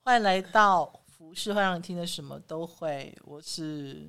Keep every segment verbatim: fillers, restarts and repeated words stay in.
欢迎来到服饰会让你听的什么都会，我是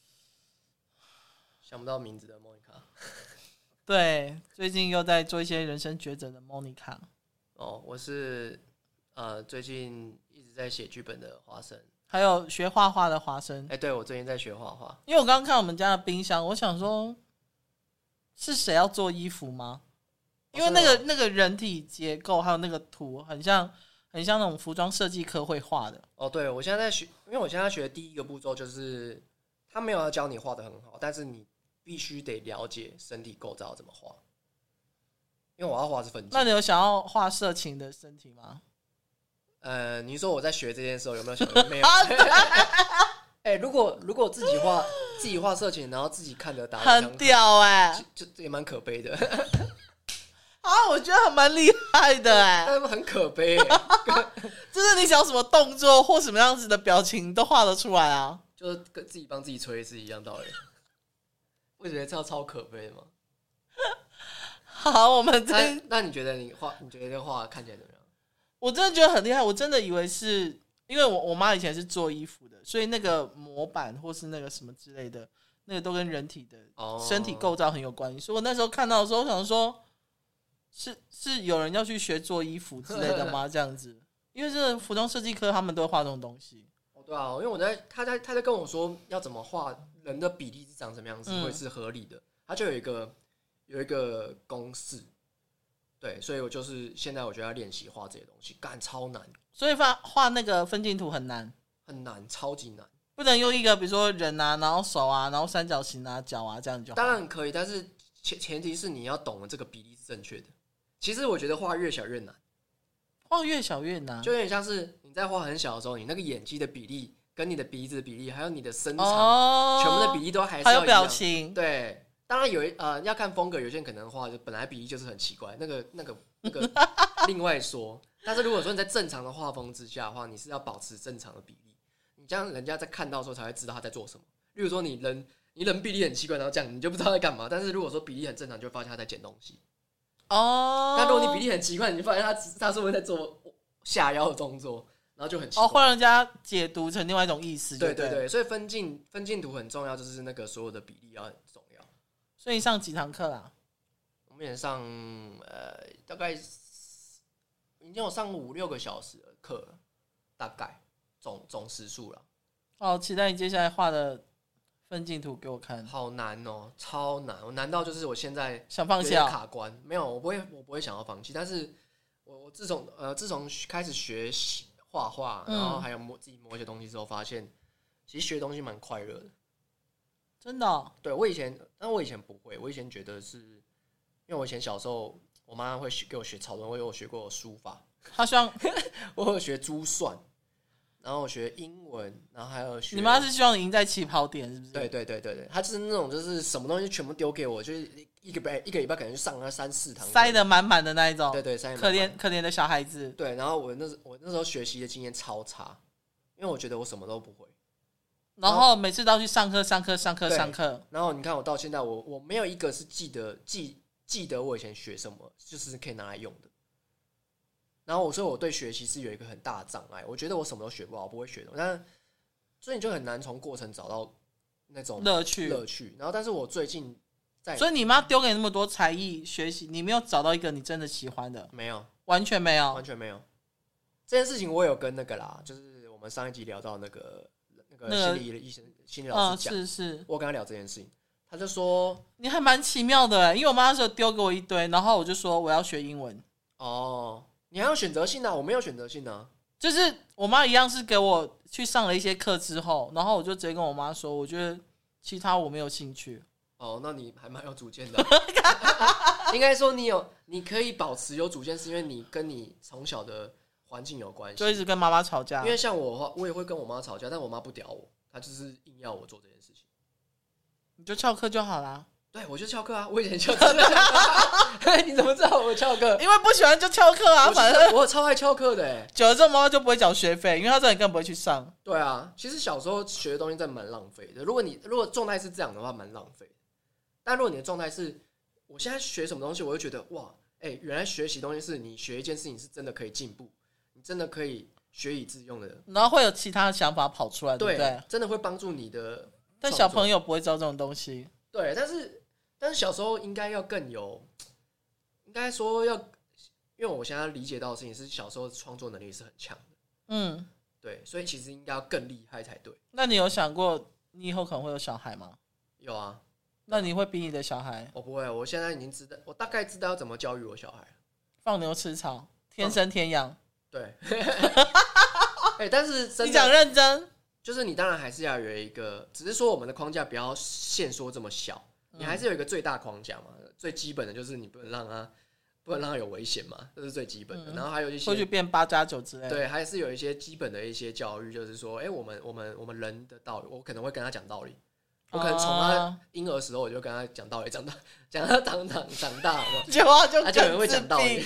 想不到名字的 Monica。 对，最近又在做一些人生抉择的 Monica。 哦，我是呃最近一直在写剧本的华生， 还有学画画的华生。 哎、欸，对，我最近在学画画。 因为我刚刚看我们家的冰箱，我想说，是谁要做衣服吗？因为那个、哦、那个人体结构还有那个图，很像很像那种服装设计科会画的。 哦，对，我现在在学，因为我现在学的第一个步骤就是，他没有要教你画得很好，但是你必须得了解身体构造怎么画。因为我要画是分镜。 那你有想要画色情的身体吗？ 呃，你说我在学这件事有没有想过？没有。哎、欸，如果如果自己画自己画色情，然后自己看着打， 很屌哎、 欸，就也蛮可悲的。 啊，我觉得还蛮厉害的哎、欸， 但很可悲、欸。 就是你想要什么动作或什么样子的表情都画得出来啊， 就是跟自己帮自己吹是一样道理。我觉得这样超可悲的嘛。 好，我们这那那你觉得你画，你觉得这画看起来怎么样？ 我真的觉得很厉害，我真的以为是因为我我妈以前是做衣服的，所以那个模板或是那个什么之类的，那个都跟人体的身体构造很有关系。所以我那时候看到的时候，我想说，是是有人要去学做衣服之类的吗？这样子，因为这服装设计科他们都会画这种东西。 哦，对啊，因为我在他在他在跟我说要怎么画人的比例是长什么样子、嗯、会是合理的，他就有一个有一个公式。对，所以我就是现在我觉得要练习画这些东西，干超难。 所以画画那个分镜图很难， 很难，超级难。 不能用一个比如说人啊，然后手啊，然后三角形啊、脚啊这样就好。 当然可以，但是前前提是你要懂得这个比例是正确的。其实我觉得画越小越难， 画越小越难， 就有点像是你在画很小的时候，你那个眼睛的比例、跟你的鼻子的比例，还有你的身长， 哦、 全部的比例都还是要一样。 还有表情， 对。当然有呃要看风格，有些人可能画就本来比例就是很奇怪，那个那个那个另外说。但是如果说你在正常的画风之下的话，你是要保持正常的比例，你这样人家在看到的时候才会知道他在做什么。例如说你人你人比例很奇怪，然后这样你就不知道他在干嘛。但是如果说比例很正常，就会发现他在捡东西。哦。但如果你比例很奇怪，你就发现他他是不是在做下腰的动作，然后就很奇怪。 哦，会让人家解读成另外一种意思。 对对对，所以分镜分镜图很重要，就是那个所有的比例要很重要。 所以你上几堂课啊？ 我目前上呃大概已经有上五六个小时的课了，大概总总时数了。 好期待你接下来画的分镜图给我看。 好难哦，超难！我难到就是我现在想放弃啊？ 卡关没有，我不会，我不会想要放弃。但是我我自从呃自从开始学画画，然后还有摸自己摸一些东西之后，发现其实学东西蛮快乐的。 真的、哦？ 对，我以前，但我以前不会，我以前觉得是，因为我以前小时候，我妈会给我学超多，我有学过书法， 她希望我有學珠算，然后我学英文，然后还有学。 你妈是希望你赢在起跑点，是不是？ 对对对对对，她就是那种就是什么东西全部丢给我，就是一个礼一个礼拜可能就上了三四堂， 塞得满满的那一种。 对对，塞得可怜可怜的小孩子。 对，然后我那我那时候学习的经验超差，因为我觉得我什么都不会。 然后每次都要去上课，上课，上课，上课。 然后你看我到现在，我我没有一个是记得记记得我以前学什么，就是可以拿来用的。然后我说我对学习是有一个很大的障碍，我觉得我什么都学不好，不会学的。但所以你就很难从过程找到那种乐趣乐趣。然后，但是我最近在， 所以你妈丢给你那么多才艺学习，你没有找到一个你真的喜欢的？ 没有， 完全没有， 完全没有。这件事情我有跟那个啦，就是我们上一集聊到那个。那个心理医生、心理老师讲、 嗯，是是， 我跟他聊这件事情，他就说你还蛮奇妙的，因为我妈那时候丢给我一堆，然后我就说我要学英文。 哦，你还有选择性啊？我没有选择性啊。 就是我妈一样是给我去上了一些课之后，然后我就直接跟我妈说，我觉得其他我没有兴趣。 哦，那你还蛮有主见的、啊。应该说你有，你可以保持有主见，是因为你跟你从小的环境有关系， 就一直跟妈妈吵架。 因为像我的话，我也会跟我妈吵架，但我妈不屌我，她就是硬要我做这件事情。 你就翘课就好啦。 对，我就翘课啊，我以前翘课。你怎么知道我翘课？ 因为不喜欢就翘课啊，反正我超爱翘课的哎。 久了之后，妈妈就不会缴学费，因为她知道你根本不会去上。 对啊，其实小时候学的东西真的蛮浪费的。如果你如果状态是这样的话，蛮浪费的。但如果你的状态是，我现在学什么东西，我会觉得哇，哎、欸，原来学习东西是你学一件事情是真的可以进步。真的可以学以致用的， 然后会有其他的想法跑出来，对不对？ 真的会帮助你的。 但小朋友不会知道这种东西， 对，但是但是小时候应该要更有，应该说要，因为我现在理解到的事情是小时候创作能力是很强的，嗯，对，所以其实应该要更厉害才对。 那你有想过你以后可能会有小孩吗？ 有啊。 那你会逼你的小孩？ 我不会，我现在已经知道，我大概知道要怎么教育我小孩。放牛吃草，天生天养。 对。欸、但是真的你讲认真， 就是你当然还是要有一个，只是说我们的框架不要限缩这么小，你还是有一个最大框架嘛。嗯、最基本的就是你不能让他不能让他有危险嘛，这是最基本的。嗯、然后还有一些会去变八加九之类的， 对，还是有一些基本的一些教育，就是说，哎、欸，我们我们我们人的道理，我可能会跟他讲道理。我可能从他婴儿时候我就跟他讲道理，讲到讲他长长长大了， 就他就他就很会讲道理。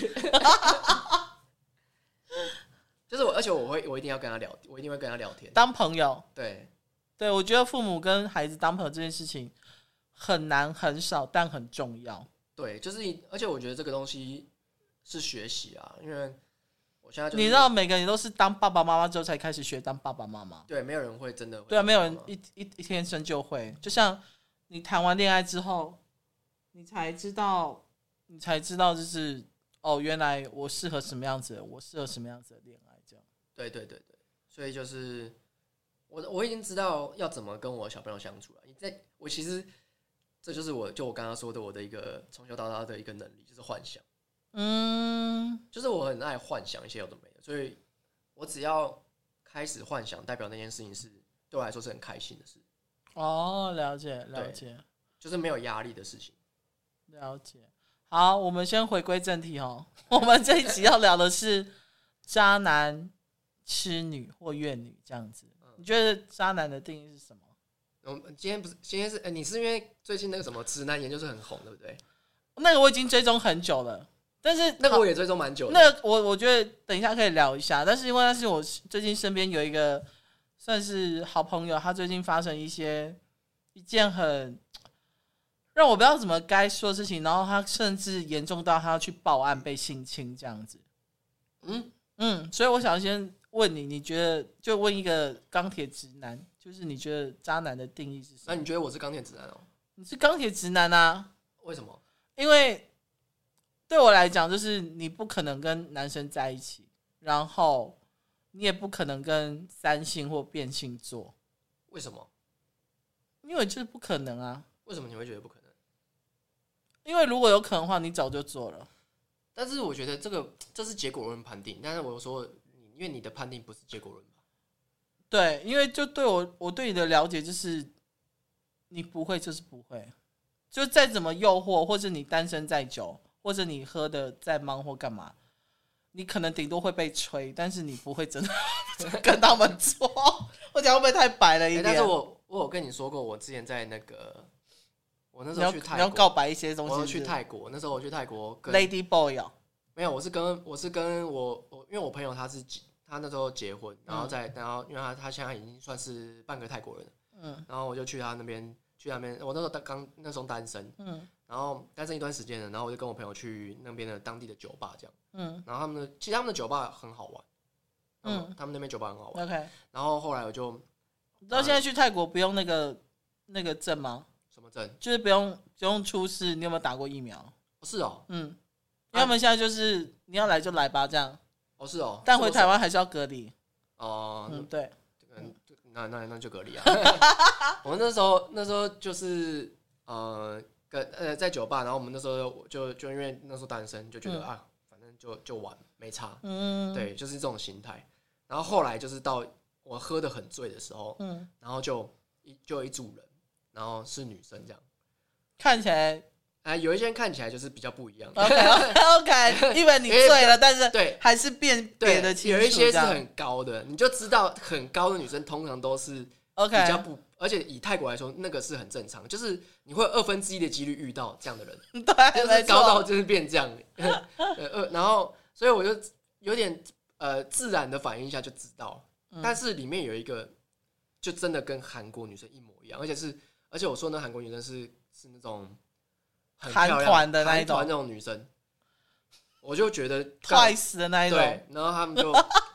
就是我，而且我会，我一定要跟他聊，我一定会跟他聊天， 当朋友。 对， 对，我觉得父母跟孩子当朋友这件事情很难、很少，但很重要。 对，就是，而且我觉得这个东西是学习啊，因为我现在、就是、 你知道，每个人都是当爸爸妈妈之后才开始学当爸爸妈妈。 对，没有人会真的会。 对啊，没有人一一一天生就会。就像你谈完恋爱之后，你才知道，你才知道，就是哦，原来我适合什么样子的，我适合什么样子的恋爱。 对对对对，所以就是我我已经知道要怎么跟我小朋友相处了。你在我其实这就是我就我刚刚说的我的一个从小到大的一个能力，就是幻想。嗯，就是我很爱幻想一些有的没的，所以我只要开始幻想，代表那件事情是对我来说是很开心的事。 哦，了解了解， 就是没有压力的事情。 了解。好，我们先回归正题哦。我们这一集要聊的是渣男。痴女或怨女这样子，你觉得渣男的定义是什么？ 我们今天不是今天是、欸、你是因为最近那个什么直男研究是很红，对不对？ 那个我已经追踪很久了，但是那个我也追踪蛮久的。 那个我我觉得等一下可以聊一下，但是因为那是我最近身边有一个算是好朋友，他最近发生一些一件很让我不知道怎么该说的事情，然后他甚至严重到他要去报案被性侵这样子。嗯嗯，所以我想先问你，你觉得就问一个钢铁直男，就是你觉得渣男的定义是什么？ 那你觉得我是钢铁直男哦？ 你是钢铁直男啊？ 为什么？ 因为对我来讲，就是你不可能跟男生在一起，然后你也不可能跟三性或变性做。 为什么？ 因为就是不可能啊。 为什么你会觉得不可能？ 因为如果有可能的话，你早就做了。 但是我觉得这个这是结果论判定，但是我说，因为你的判定不是结果论吧？ 对，因为就对我我对你的了解就是，你不会就是不会，就再怎么诱惑，或者你单身再久，或者你喝的再忙或干嘛，你可能顶多会被吹，但是你不会真的跟他们做。我讲会不会太白了一点？ 欸、但是我我有跟你说过，我之前在那个。我那时候去泰国， 你要告白一些东西是不是。 我去泰国，那时候我去泰国跟 Lady Boy 哦， 没有，我是跟我是跟我我，因为我朋友他是他那时候结婚，然后再、嗯、然后因为他他现在已经算是半个泰国人了，嗯，然后我就去他那边去那边，我那时候刚那时候单身，嗯，然后单身一段时间了，然后我就跟我朋友去那边的当地的酒吧这样，嗯，然后他们的其实他们的酒吧很好玩，嗯，他们那边酒吧很好玩 ，OK， 然后后来我就， 你知道现在去泰国不用那个那个证吗？ 什么证？ 就是不用不用出示你有没有打过疫苗？ 是哦， 嗯，因为他们现在就是你要来就来吧这样。 哦，是哦， 但回台湾还是要隔离。 哦， 嗯，对， 嗯，那那那就隔离啊。我们那时候那时候就是呃跟呃在酒吧，然后我们那时候就就因为那时候单身，就觉得、嗯、啊，反正就就玩没差，嗯，对，就是这种心态。然后后来就是到我喝得很醉的时候，嗯，然后就一就有一组人。然后是女生这样， 看起来啊、呃，有一些人看起来就是比较不一样。 OK OK， 因为你醉了，但是对还是辨别的清楚。 有一些是很高的，你就知道很高的女生通常都是比较不， okay. 而且以泰国来说，那个是很正常，就是你会有二分之一的几率遇到这样的人， 对， 就是高到就是变这样。呃，然后所以我就有点呃自然的反应一下就知道，嗯、但是里面有一个就真的跟韩国女生一模一样，而且是。而且我说那韩国女生是是那种很漂亮韩团的那一种那种女生，我就觉得快死的那一种。 对，然后他们就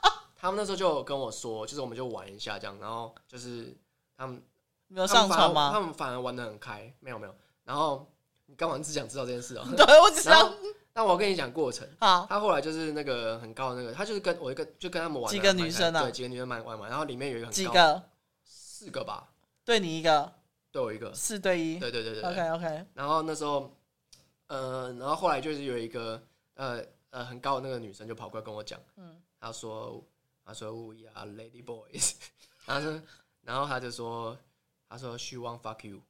他们那时候就跟我说，就是我们就玩一下这样，然后就是他们没有上床吗？ 他们反而玩得很开，没有没有。然后你干嘛只想知道这件事哦？ 对，我只想。 那我跟你讲过程。 好， 他后来就是那个很高的那个，他就是跟我一个就跟他们玩几个女生啊？ 对，几个女生玩玩玩，然后里面有一个很高几个， 四个吧， 对你一个， 对我一个， 四对一。 对对对对 ，OK OK。 然后那时候，呃，然后后来就是有一个呃呃很高的那个女生就跑过来跟我讲，嗯，她说她说 We are lady boys， 然后说然后她就说她说 She won't fuck you。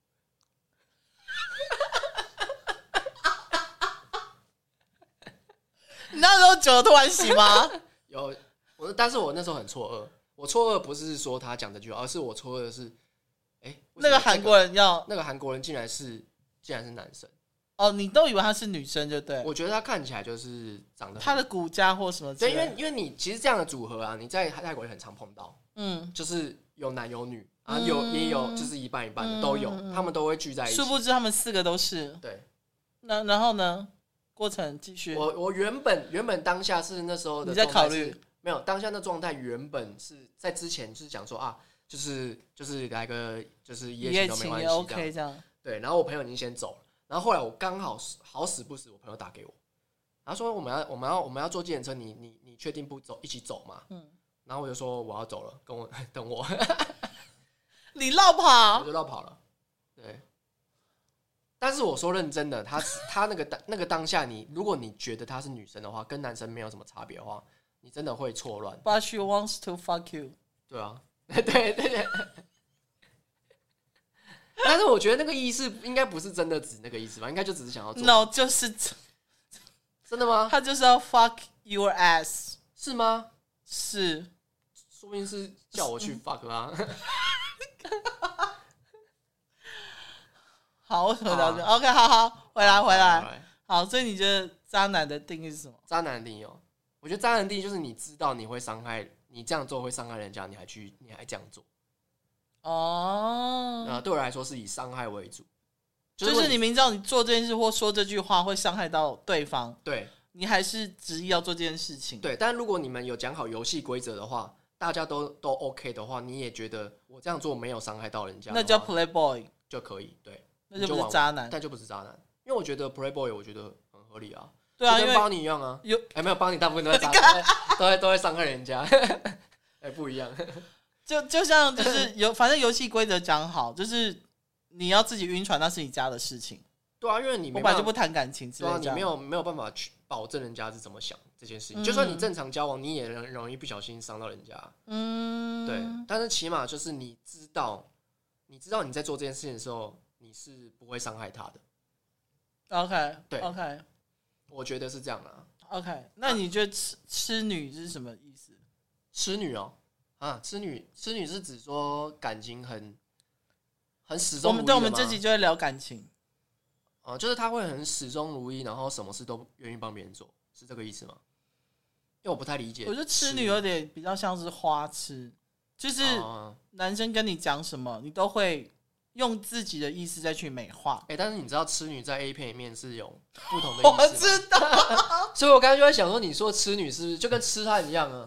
你那时候酒突然醒吗？ 有，我但是我那时候很错愕，我错愕不是说他讲这句话，而是我错愕的是，哎、欸， 那个韩国人要那个韩国人竟然是竟然是男生。 哦，你都以为他是女生就对。 我觉得他看起来就是长得他的骨架或什么之类的。 对，因为因为你其实这样的组合啊，你在泰国也很常碰到， 嗯， 就是有男有女啊，有也有就是一半一半的、嗯、都有，他们都会聚在一起。 殊不知他们四个都是。 对， 那然后呢？过程继续。 我我原本原本当下是那时候的你在考虑没有当下那状态，原本是在之前就是讲说啊，就是就是来个就是一夜情都没关系 ，OK 这样。 对，然后我朋友已经先走了，然后后来我刚好好死不死，我朋友打给我，然后说我们要我们要我们要坐计程车，你你你确定不走一起走吗？嗯，然后我就说我要走了，跟我等我。 你绕跑， 我就绕跑了。对。但是我说认真的，他他那个那个当下你，如果你觉得她是女生的话，跟男生没有什么差别的话，你真的会错乱。 But she wants to fuck you。 对啊，对对对。但是我觉得那个意思应该不是真的指那个意思吧？应该就只是想要做。 No， 就是真的吗？ 他就是要 fuck your ass， 是吗？ 是， 说不定是叫我去 fuck 啊。 好，我怎么了解、啊、？OK， 好好，回来回来。好，所以你觉得渣男的定义是什么？ 渣男的定义哦，我觉得渣男的定义就是你知道你会伤害，你这样做会伤害人家，你还去，你还这样做。哦，呃，对我来说是以伤害为主， 就是、就是你明知道你做这件事或说这句话会伤害到对方， 对， 你还是执意要做这件事情。 对，但如果你们有讲好游戏规则的话，大家都都 OK 的话，你也觉得我这样做没有伤害到人家， 那叫 playboy 就可以，对。 那就不是渣男， 但就不是渣男，因为我觉得 playboy 我觉得很合理啊， 对啊， 就跟帮你一样啊，有哎、欸、没有帮你大部分都在渣，都会都会伤害人家，哎、欸、不一样， 就就像就是有反正游戏规则讲好，就是你要自己晕船那是你家的事情， 对啊，因为你没我本来就不谈感情之类的， 对啊，你没有没有办法去保证人家是怎么想这件事情，嗯、就算你正常交往，你也容易不小心伤到人家，嗯，对，但是起码就是你知道，你知道你在做这件事情的时候。你是不会伤害他的 ，OK， 对 ，OK， 我觉得是这样啊 ，OK， 那你觉得痴痴女是什么意思？ 痴女哦，啊，痴女，痴女是指说感情很很始终如一的吗？我们对，我们这集就会聊感情， 哦、呃，就是他会很始终如一，然后什么事都愿意帮别人做，是这个意思吗？因为我不太理解， 我觉得痴女有点比较像是花痴，就是男生跟你讲什么，你都会。用自己的意思再去美化， 哎、欸，但是你知道痴女在 A 片里面是有不同的意思吗？ 我知道， 所以我刚才就在想说，你说痴女是不是就跟痴汉一样啊？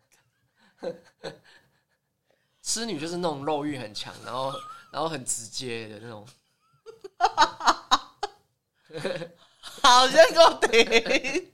痴女就是那种肉欲很强，然后然后很直接的那种。 好，先给我停。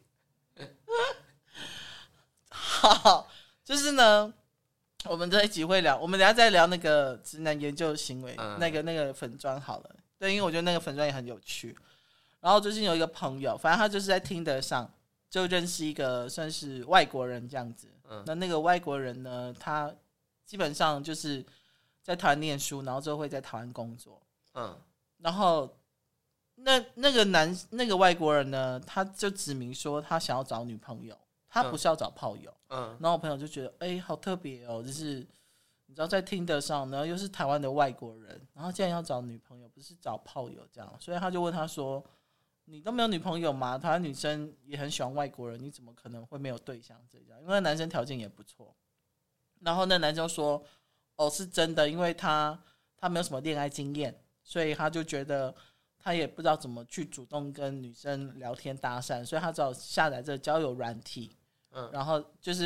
好，就是呢。我们这一集会聊，我们等一下再聊那个直男研究行为，嗯、那个那个粉专好了，对，因为我觉得那个粉专也很有趣。然后最近有一个朋友，反正他就是在Tinder上就认识一个算是外国人这样子。嗯、那那个外国人呢，他基本上就是在台湾念书，然后之后会在台湾工作。嗯，然后那那个男那个外国人呢，他就指明说他想要找女朋友。他不是要找炮友，嗯，然后我朋友就觉得，哎、欸，好特别哦，就是你知道在Tinder上，然后又是台湾的外国人，然后竟然要找女朋友，不是找炮友这样，所以他就问他说：“你都没有女朋友吗？台湾女生也很喜欢外国人，你怎么可能会没有对象？这样，因为男生条件也不错。”然后那男生说：“哦，是真的，因为他他没有什么恋爱经验，所以他就觉得。”他也不知道怎么去主动跟女生聊天搭讪，所以他只好下载这个交友软体，嗯，然后就是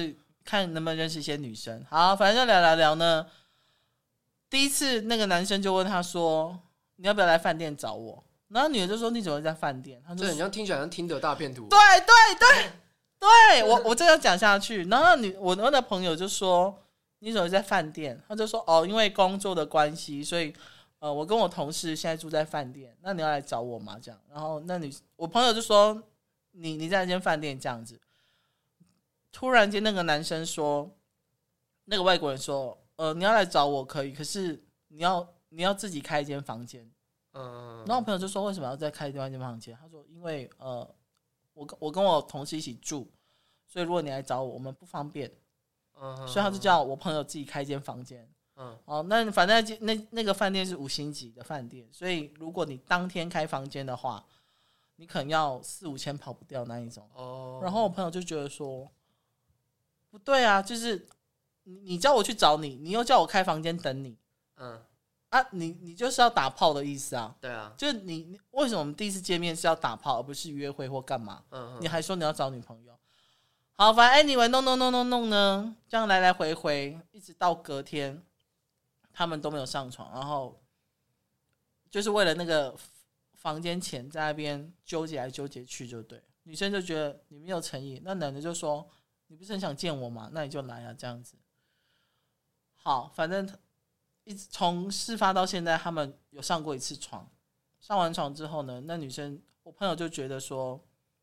看能不能认识一些女生。好，反正就聊聊聊呢。第一次那个男生就问他说：“你要不要来饭店找我？”然后女的就说：“你怎么会在饭店？”他就这很像听起来像听得大片图。 对对对对，我我这样讲下去，然后女我我的朋友就说：“你怎么在饭店？”他就说：“哦，因为工作的关系，所以呃，我跟我同事现在住在饭店，那你要来找我吗？”这样，然后那女我朋友就说：“你你在那间饭店这样子。”突然间，那个男生说：“那个外国人说，呃，你要来找我可以，可是你要你要自己开一间房间。”嗯，然后我朋友就说：“为什么要再开另外一间房间？”他说：“因为呃，我我跟我同事一起住，所以如果你来找我，我们不方便。”嗯，所以他就叫我朋友自己开一间房间。嗯，哦，那反正那那个饭店是五星级的饭店，所以如果你当天开房间的话，你可能要四五千跑不掉那一种。哦，然后我朋友就觉得说。不对啊，就是你叫我去找你，你又叫我开房间等你，嗯啊，你你就是要打炮的意思啊？ 对啊， 就是你你为什么我们第一次见面是要打炮，而不是约会或干嘛？嗯嗯，你还说你要找女朋友，好，反正 anyway 弄弄弄弄弄呢，这样来来回回，一直到隔天，他们都没有上床，然后就是为了那个房间钱在那边纠结来纠结去，就对，女生就觉得你没有诚意，那男的就说。你不是很想见我吗？那你就来啊，这样子。好，反正一直从事发到现在，他们有上过一次床。上完床之后呢，那女生我朋友就觉得说，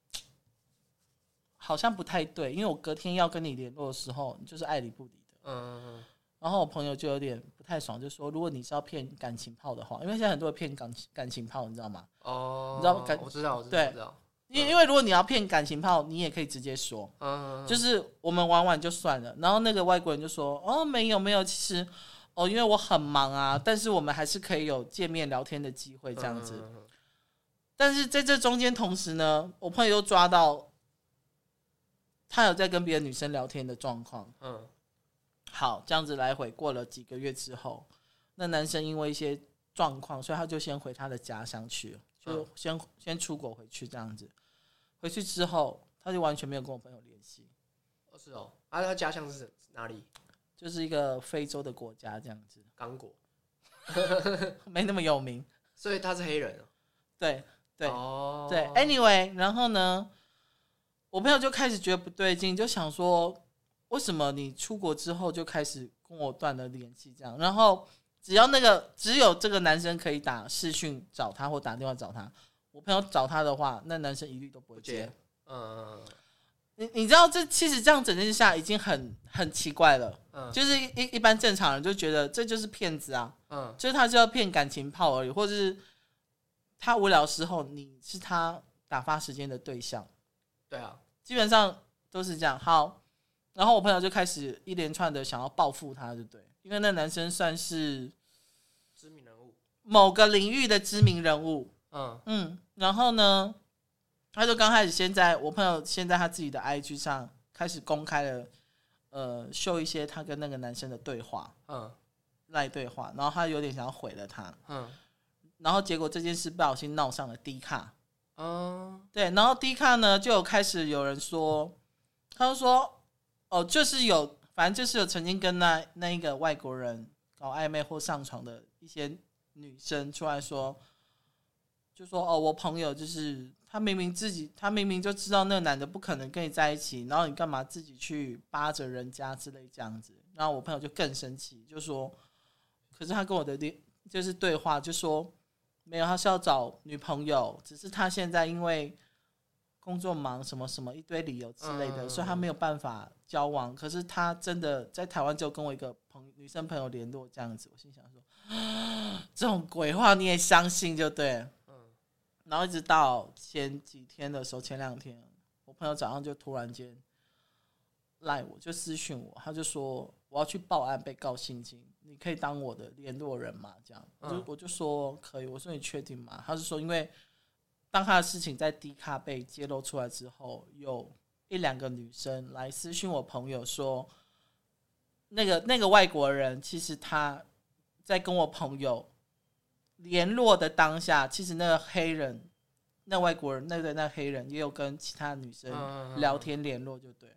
好像不太对，因为我隔天要跟你联络的时候，你就是爱理不理的。嗯。然后我朋友就有点不太爽，就说如果你是要骗感情炮的话，因为现在很多人骗感感情炮，你知道吗？哦。你知道感？ 我知道，我知道， 对我知道。 因为因为如果你要骗感情炮，你也可以直接说，嗯，就是我们玩玩就算了。然后那个外国人就说：“哦，没有没有，其实哦，因为我很忙啊，但是我们还是可以有见面聊天的机会这样子。嗯”但是在这中间同时呢，我朋友又抓到他有在跟别的女生聊天的状况。嗯，好，这样子来回过了几个月之后，那男生因为一些状况，所以他就先回他的家乡去了。就先先出国回去这样子，回去之后他就完全没有跟我朋友联系。 哦，是哦，啊，他家乡是哪里？ 就是一个非洲的国家这样子。 刚果， 没那么有名。 所以他是黑人哦。 对对、哦、对 ，anyway， 然后呢，我朋友就开始觉得不对劲，就想说，为什么你出国之后就开始跟我断了联系这样？然后。只要那个只有这个男生可以打视讯找他或打电话找他，我朋友找他的话，那男生一律都不会接。嗯，你你知道这其实这样整件事下已经很很奇怪了。嗯，就是一一般正常人就觉得这就是骗子啊。嗯，就是他就要骗感情炮而已，或者是他无聊的时候你是他打发时间的对象。 对啊， 基本上都是这样。好，然后我朋友就开始一连串的想要报复他，对不对？因为那男生算是知名人物， 某个领域的知名人物。嗯嗯，然后呢，他就刚开始先在我朋友先在他自己的 I G 上开始公开了，呃，秀一些他跟那个男生的对话，嗯，赖对话，然后他有点想要毁了他，嗯，然后结果这件事不小心闹上了 D 卡，嗯，对，然后 D 卡呢就有开始有人说，他就说，哦，就是有。反正就是有曾经跟那那一个外国人搞暧昧或上床的一些女生出来说，就说哦，我朋友就是他明明自己，他明明就知道那个男的不可能跟你在一起，然后你干嘛自己去扒着人家之类这样子。然后我朋友就更生气，就说，可是他跟我的就是对话就说没有，他是要找女朋友，只是他现在因为工作忙什么什么一堆理由之类的，嗯、所以他没有办法交往。可是他真的在台湾就跟我一个朋女生朋友联络这样子，我心想说，这种鬼话你也相信就对了。嗯，然后一直到前几天的时候，前两天我朋友早上就突然间赖我，就私讯我，他就说我要去报案被告性侵，你可以当我的联络人吗？这样，我就我就说可以，我说你确定吗？他是说因为。当他的事情在 D 卡被揭露出来之后，有一两个女生来私讯我朋友说，那个那个外国人其实他在跟我朋友联络的当下，其实那个黑人，那外国人那个那个黑人也有跟其他女生聊天联络，就对。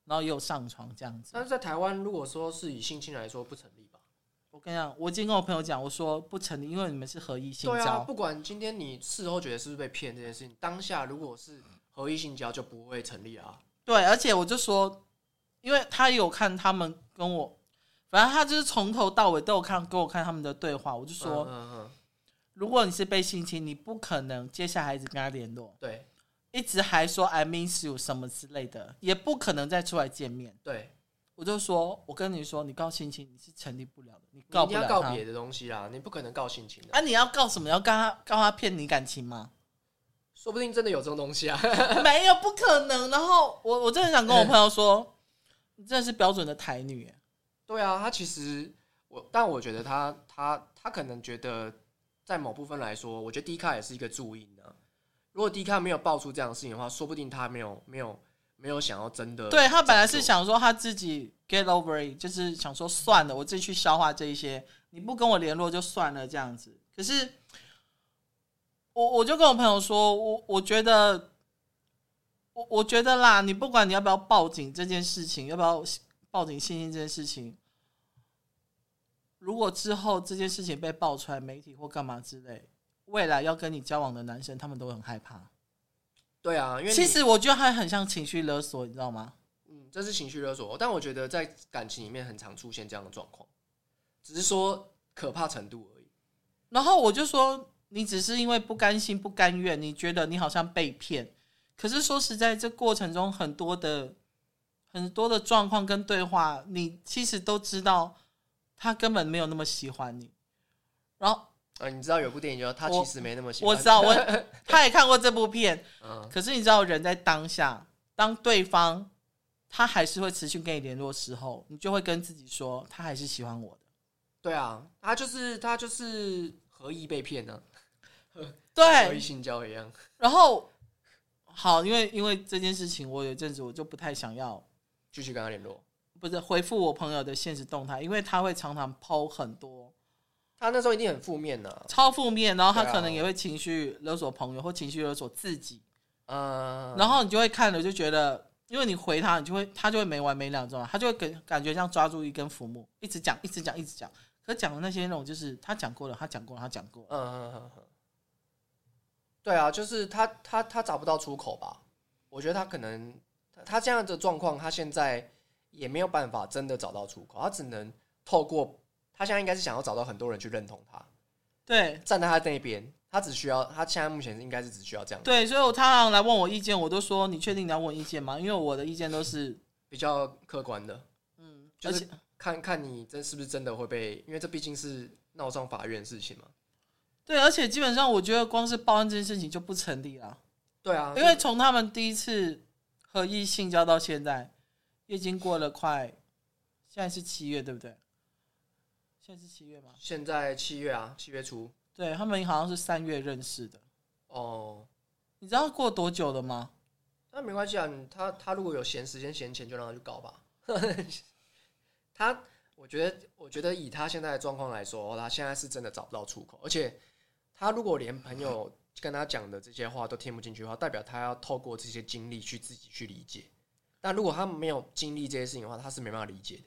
然后也有上床这样子。 但是在台湾，如果说是以性侵来说，不成立吧？ 我跟你讲，我已经跟我朋友讲，我说不成立，因为你们是合意性交。 对啊，不管今天你事后觉得是不是被骗这件事情，当下如果是合意性交就不会成立啊。 对，而且我就说，因为他有看他们跟我，反正他就是从头到尾都有看给我看他们的对话，我就说，嗯嗯嗯如果你是被性侵，你不可能接下来一直跟他联络， 对， 一直还说 I miss you 什么之类的，也不可能再出来见面。 对， 我就说，我跟你说，你告性侵你是成立不了的，你告不了他。 你要告别的东西啦，你不可能告性侵的。 啊，你要告什么？要告他告他骗你感情吗？ 说不定真的有这种东西啊， 没有，不可能。然后我我真的想跟我朋友说，你真的是标准的台女。 对啊，他其实我，但我觉得他他他可能觉得，在某部分来说，我觉得 D 卡也是一个注音啊。如果 D 卡没有爆出这样的事情的话，说不定他没有没有没有想要真的。 对他本来是想说他自己 get over it， 就是想说算了，我自己去消化这一些，你不跟我联络就算了这样子。可是。我我就跟我朋友说，我我觉得，我我觉得啦，你不管你要不要报警这件事情，要不要报警性侵这件事情，如果之后这件事情被爆出来，媒体或干嘛之类，未来要跟你交往的男生，他们都会很害怕。 对啊，因为其实我觉得还很像情绪勒索，你知道吗？ 嗯，这是情绪勒索，但我觉得在感情里面很常出现这样的状况，只是说可怕程度而已。 然后我就说。你只是因为不甘心不甘愿，你觉得你好像被骗，可是说实在，这过程中很多的很多的状况跟对话，你其实都知道他根本没有那么喜欢你。然后， 呃，你知道有部电影叫他其实没那么喜欢你， 我知道，我他也看过这部片，嗯，可是你知道，人在当下，当对方他还是会持续跟你联络的时候，你就会跟自己说，他还是喜欢我的。 对啊，他就是他就是合意被骗呢、啊。 对， 合意性交一样。 然后好，因为因为这件事情，我有一阵子我就不太想要继续跟他联络， 不是回复我朋友的现实动态，因为他会常常 po 很多， 他那时候一定很负面的、啊， 超负面，然后他可能也会情绪勒索朋友或情绪勒索自己，嗯，然后你就会看了就觉得，因为你回他，你就会他就会没完没了，他就会感觉像抓住一根浮木，一直讲一直讲一直讲，可讲的那些内容就是他讲过了，他讲过了，他讲过了，嗯嗯嗯嗯。 对啊，就是他他他找不到出口吧？我觉得他可能他这样的状况，他现在也没有办法真的找到出口，他只能透过他现在应该是想要找到很多人去认同他， 对， 站在他那边，他只需要他现在目前应该是只需要这样。 对，所以我他来问我意见，我都说你确定你要问我意见吗？因为我的意见都是比较客观的，嗯，就是看看你真是不是真的会被，因为这毕竟是闹上法院的事情嘛。 对，而且基本上我觉得光是报案这件事情就不成立了。 对啊， 因为从他们第一次合意性交到现在，已经过了快，现在是七月对不对？现在是七月吗？ 现在七月啊，七月初。 对，他们好像是三月认识的。哦，你知道过多久了吗？ 那没关系啊，他他如果有闲时间闲钱，就让他去搞吧。他，我觉得，我觉得以他现在的状况来说，他现在是真的找不到出口，而且。他如果连朋友跟他讲的这些话都听不进去的话，代表他要透过这些经历去自己去理解。但如果他没有经历这些事情的话，他是没办法理解的。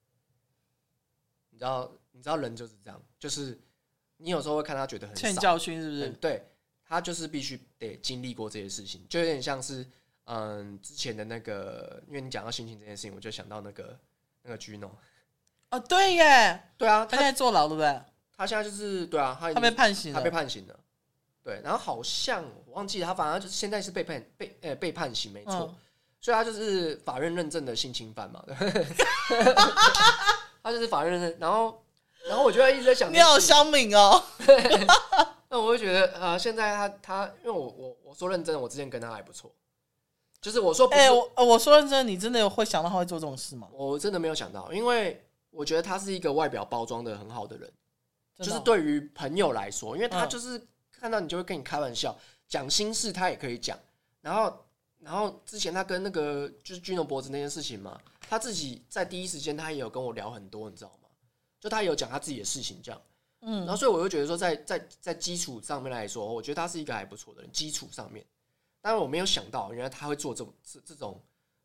你知道，你知道人就是这样，就是你有时候会看他觉得很少欠教训，是不是？ 对，他就是必须得经历过这些事情，就有点像是嗯之前的那个，因为你讲到性侵这件事情，我就想到那个那个 Gino。 哦，对耶， 对啊， 他现在坐牢对不对？ 他现在就是对啊，他他被判刑了， 他被判刑了。对，然后好像我忘记了，他反正就是现在是被判被呃被判刑，没错、嗯，所以他就是法院认证的性侵犯嘛。他就是法院认证，然后然后我就一直在想， 你好乡民哦。 那我会觉得呃，现在他他因为我我我说认真的，我之前跟他还不错，就是我说不是， 哎、欸，我我说认真，你真的有会想到他会做这种事吗？ 我真的没有想到，因为我觉得他是一个外表包装的很好的人。就是对于朋友来说，因为他就是看到你就会跟你开玩笑，讲、嗯、心事他也可以讲。然后，然后之前他跟那个就是Gino脖子那件事情嘛，他自己在第一时间他也有跟我聊很多，你知道吗？就他也有讲他自己的事情这样。嗯，然后所以我就觉得说在，在在在基础上面来说，我觉得他是一个还不错的人，基础上面。但是我没有想到，原来他会做这种这这种。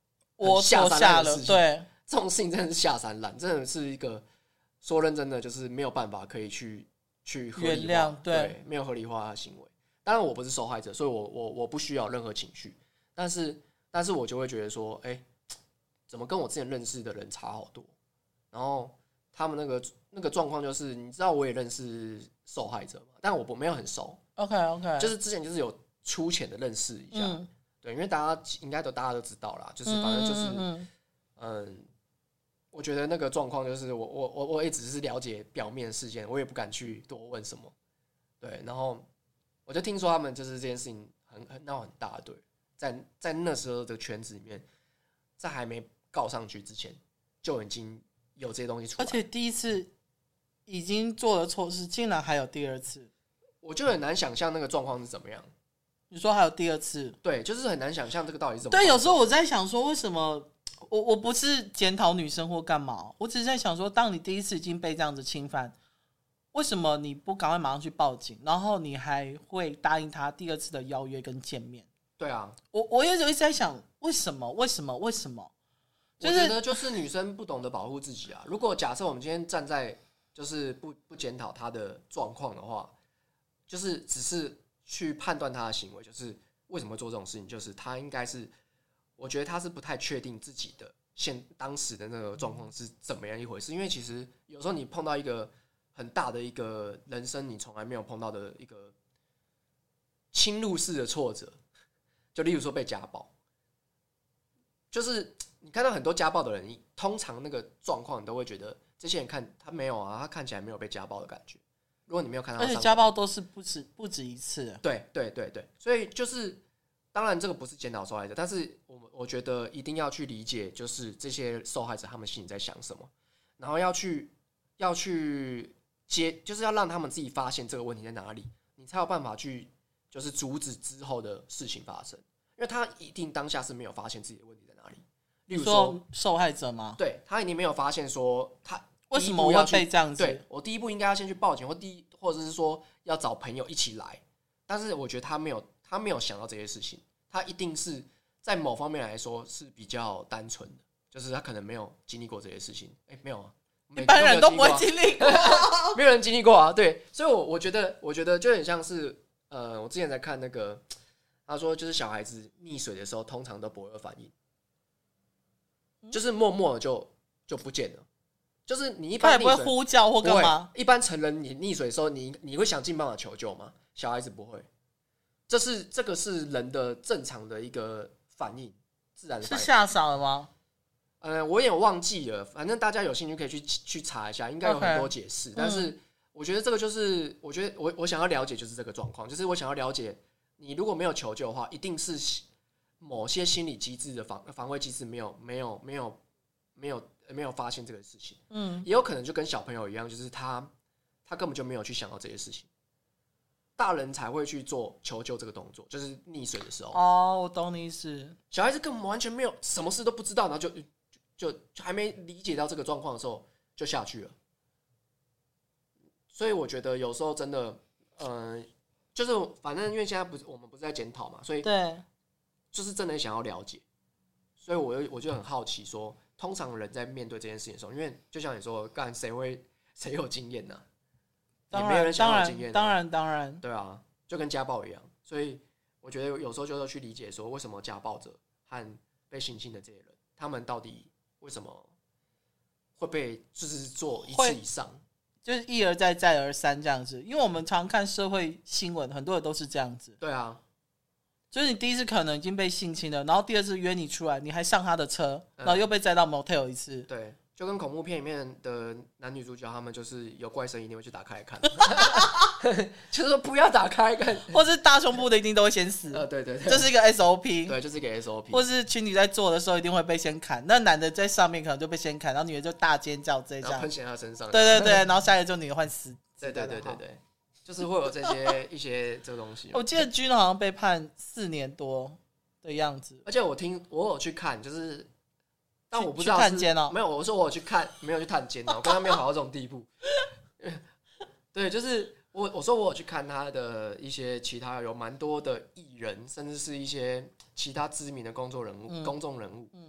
我下三滥的事情。 对， 这种事情真的是下三滥，真的是一个说认真的，就是没有办法可以去去合理原谅， 对，对，没有合理化的行为。当然我不是受害者，所以我我我不需要任何情绪，但是但是我就会觉得说，哎、欸，怎么跟我之前认识的人差好多？然后他们那个那个状况就是，你知道我也认识受害者嘛，但我不没有很熟。 OK OK， 就是之前就是有粗浅的认识一下，嗯、对，因为大家应该都大家都知道啦，就是反正就是，嗯, 嗯, 嗯，我觉得那个状况就是我我我我也只是了解表面事件，我也不敢去多问什么，对，然后我就听说他们就是这件事情很很闹很大，对，在在那时候的圈子里面，在还没告上去之前，就已经有这些东西出来， 而且第一次已经做了错事，竟然还有第二次。 我就很难想象那个状况是怎么样。 你说还有第二次？ 对，就是很难想象这个到底是怎么。 对，有时候我在想说，为什么我我不是检讨女生或干嘛，我只是在想说，当你第一次已经被这样子侵犯，为什么你不赶快马上去报警，然后你还会答应他第二次的邀约跟见面？ 对啊， 我我一直在想，为什么？为什么？为什么？ 就是、我觉得就是女生不懂得保护自己啊。如果假设我们今天站在就是不不检讨她的状况的话。就是只是去判断他的行为，就是为什么会做这种事情，就是他应该是，我觉得他是不太确定自己的现当时的那个状况是怎么样一回事。因为其实有时候你碰到一个很大的一个人生你从来没有碰到的一个侵入式的挫折，就例如说被家暴，就是你看到很多家暴的人，通常那个状况你都会觉得这些人看他没有啊，他看起来没有被家暴的感觉。如果你没有看到， 而且家暴都是不止不止一次。 对对对对，所以就是当然这个不是检讨受害者，但是我我觉得一定要去理解，就是这些受害者他们心里在想什么，然后要去要去接，就是要让他们自己发现这个问题在哪里，你才有办法去就是阻止之后的事情发生，因为他一定当下是没有发现自己的问题在哪里。例如说受害者吗？ 对，他一定没有发现说他。 为什么我会被这样子？ 对，我第一步应该要先去报警，或第一，或者是说要找朋友一起来。但是我觉得他没有，他没有想到这些事情。他一定是在某方面来说是比较单纯的，就是他可能没有经历过这些事情。哎、欸，没有啊， 一般人都不会经历过， 没有人经历过啊。对，所以我，我我觉得，我觉得就很像是，呃，我之前在看那个，他说就是小孩子溺水的时候，通常都不会有反应，就是默默的就就不见了。就是你一般他也不会呼叫或干嘛。 一般成人你溺水的时候，你你会想尽办法求救吗？小孩子不会，这是这个是人的正常的一个反应，自然的反应。 是吓傻了吗？ 呃，我也忘记了，反正大家有兴趣可以去去查一下，应该有很多解释。Okay. 但是我觉得这个就是，我觉得我我想要了解就是这个状况，就是我想要了解你如果没有求救的话，一定是某些心理机制的防防卫机制没有没有没有没有。没有发现这个事情，嗯，也有可能就跟小朋友一样，就是他他根本就没有去想到这些事情，大人才会去做求救这个动作，就是溺水的时候。 哦，我懂你意思。 小孩子根本完全没有什么事都不知道，然后就就就还没理解到这个状况的时候就下去了。所以我觉得有时候真的，呃，就是反正因为现在不是我们不是在检讨嘛，所以对， 就是真的想要了解，所以我我就很好奇说。通常人在面对这件事情的时候，因为就像你说，干谁会谁有经验呢、啊？也没有人想有经验、啊。 当然，当然， 对啊，就跟家暴一样。所以我觉得有时候就要去理解说，为什么家暴者和被性侵的这些人，他们到底为什么会被就是做一次以上， 就是一而再再而三这样子？因为我们常看社会新闻，很多人都是这样子。 对啊。 就是你第一次可能已经被性侵了，然后第二次约你出来，你还上他的车，然后又被载到 motel 一次。 嗯、对，就跟恐怖片里面的男女主角，他们就是有怪声一定会去打开来看，就是说不要打开看， 或是大胸部的一定都会先死。 呃，对对对， 这是一个 S O P。 对，就是一个 S O P。 或是情侣在做的时候一定会被先砍，那男的在上面可能就被先砍，然后女的就大尖叫这一样，喷血他身上。 对对对，然后下一个就女的换死。 对对对对对。就是会有这些一些这个东西。 我记得君好像被判四年多的样子， 而且我听我有去看，就是但我不知道是探监哦， 没有，我说我有去看，没有去探监哦，我跟他没有好到这种地步。对，就是我我说我有去看他的一些其他有蛮多的艺人，甚至是一些其他知名的工作人物、嗯、公众人物，嗯，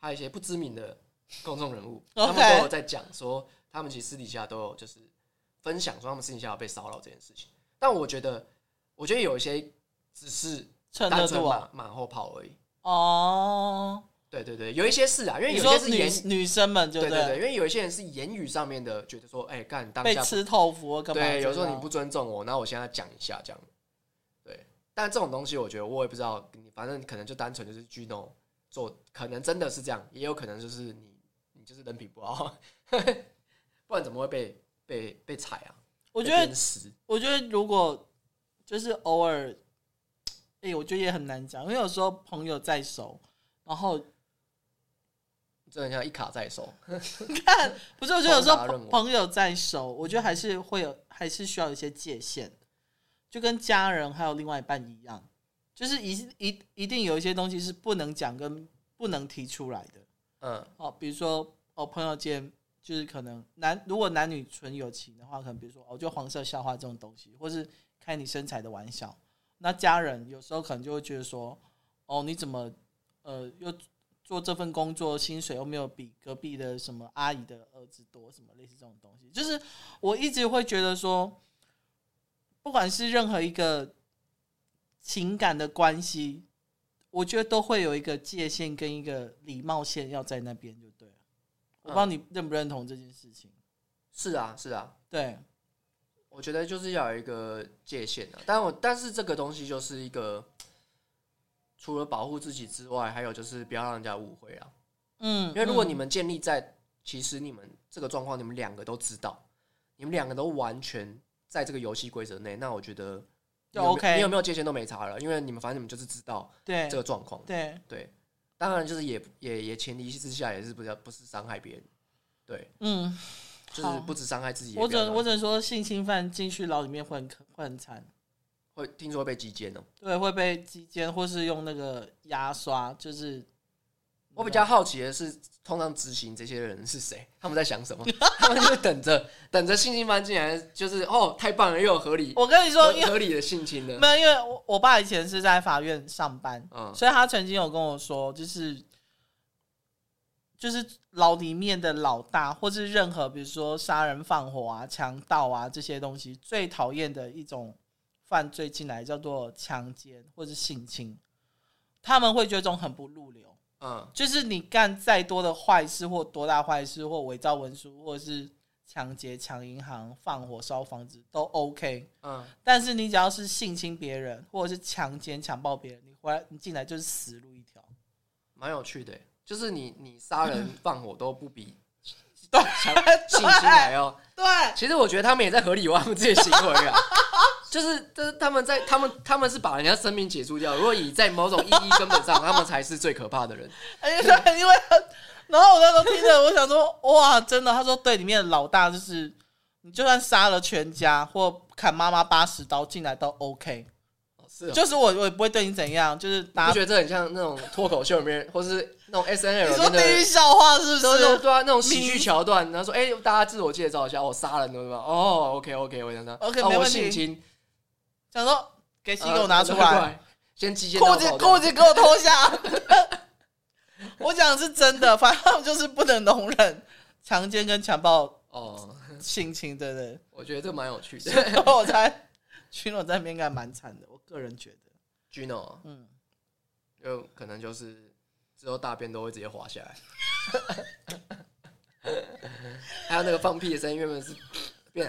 还有一些不知名的公众人物， okay. 他们都有在讲说，他们其实私底下都有就是分享说他们私底下有被骚扰这件事情。但我觉得，我觉得有一些只是单纯马马后炮而已。 哦， 对对对，有一些是啊，因为有些是言女, 女生们就对， 对对对，因为有一些人是言语上面的，觉得说，哎、欸，干当下被吃豆腐干嘛？ 对，有时候你不尊重我，那我现在讲一下这样。对，但这种东西我觉得我也不知道，反正可能就单纯就是 Gino 做，可能真的是这样，也有可能就是你你就是人品不好，不然怎么会被被被踩啊？ 我觉得，我觉得如果就是偶尔，哎、欸，我觉得也很难讲，因为有时候朋友在手，然后真的像一卡在手。 看，不是，我觉得有时候朋友在手，我觉得还是会有，还是需要一些界限，就跟家人还有另外一半一样，就是一一一定有一些东西是不能讲跟不能提出来的。嗯，哦，比如说哦，朋友间。就是可能男如果男女纯友情的话，可能比如说哦，就黄色笑话这种东西，或是开你身材的玩笑。那家人有时候可能就会觉得说，哦，你怎么呃又做这份工作，薪水又没有比隔壁的什么阿姨的儿子多，什么类似这种东西。就是我一直会觉得说，不管是任何一个情感的关系，我觉得都会有一个界限跟一个礼貌线要在那边，就对了。我不知道你认不认同这件事情。 是啊，是啊， 对， 我觉得就是要有一个界限啊。但我但是这个东西就是一个，除了保护自己之外，还有就是不要让人家误会啊。嗯，因为如果你们建立在、嗯、其实你们这个状况，你们两个都知道，你们两个都完全在这个游戏规则内，那我觉得就 OK， 你有没有界限都没差了，因为你们反正你们就是知道这个状况。 对对。当然，就是也也也前提之下，也是不要不是伤害别人，对，嗯，就是不止伤害自己。 我只我只能说，性侵犯进去牢里面会很会很惨， 会听说会被击奸哦， 对，会被击奸，或是用那个牙刷，就是。 我比较好奇的是，通常执行这些人是谁？他们在想什么？他们就等着等着性侵犯进来，就是哦，太棒了，又有合理。 我跟你说， 合, 合理的性侵的， 没有，因为我我爸以前是在法院上班，嗯，所以他曾经有跟我说，就是就是牢里面的老大，或是任何比如说杀人放火啊、强盗啊这些东西，最讨厌的一种犯罪进来叫做强奸或是性侵，他们会觉得这种很不入流。嗯，就是你干再多的坏事或多大坏事或伪造文书或者是抢劫、抢银行、放火、烧房子都 OK， 嗯，但是你只要是性侵别人或者是强奸、强暴别人，你回来你进来就是死路一条。 蛮有趣的，就是你你杀人放火都不比对性侵来哦。 对， 其实我觉得他们也在合理化他们自己的行为啊。就是他们在他们他们是把人家生命结束掉，如果以在某种意义根本上，他们才是最可怕的人。 哎，对，因为然后我那时候听着，我想说，哇，真的，他说对，里面的老大就是你就算杀了全家或砍妈妈八十刀进来都 OK。 是、哦， 就是我我也不会对你怎样，就是大家不觉得这很像那种脱口秀里面，或是那种 S N L 里面的地狱笑话，是不是？ 对啊，那种喜剧桥段，然后说，哎、欸，大家自我介绍一下，我杀人了吗？哦 ，OK OK， 我想想 ，OK，、 哦、 没问题。我性侵， 想说给心给我拿出来， 呃、先击剑， 裤子裤子给我脱下。我讲的是真的，反正他们就是不能容忍强奸跟强暴哦，性侵，对不对？ 我觉得这蛮有趣的， 我猜。Gino 在那边应该蛮惨的，我个人觉得。 Gino， 嗯，就可能就是之后大便都会直接滑下来，还有那个放屁的声音，原本是变，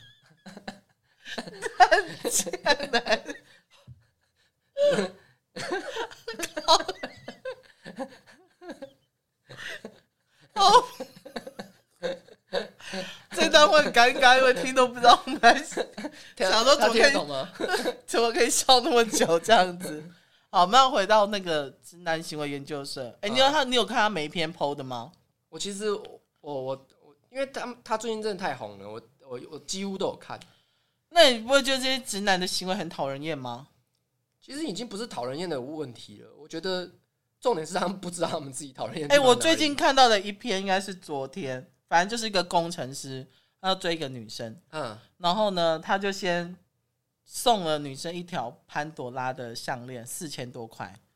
太贱了，哦，这段会很尴尬，因为听都不知道我们在想说怎么可以懂吗？ 怎么可以笑那么久这样子？好，我们要回到那个直男行为研究社。哎、欸，你有他，你有看他每一篇 P O 的吗？ 我其实我我我，因为他他最近真的太红了，我我我几乎都有看。 那你不会觉得这些直男的行为很讨人厌吗？ 其实已经不是讨人厌的问题了，我觉得重点是他们不知道他们自己讨人厌。 哎、欸，我最近看到的一篇应该是昨天。反正就是一个工程师，他要追一个女生，嗯，然后呢，他就先送了女生一条潘朵拉的项链，四千多块，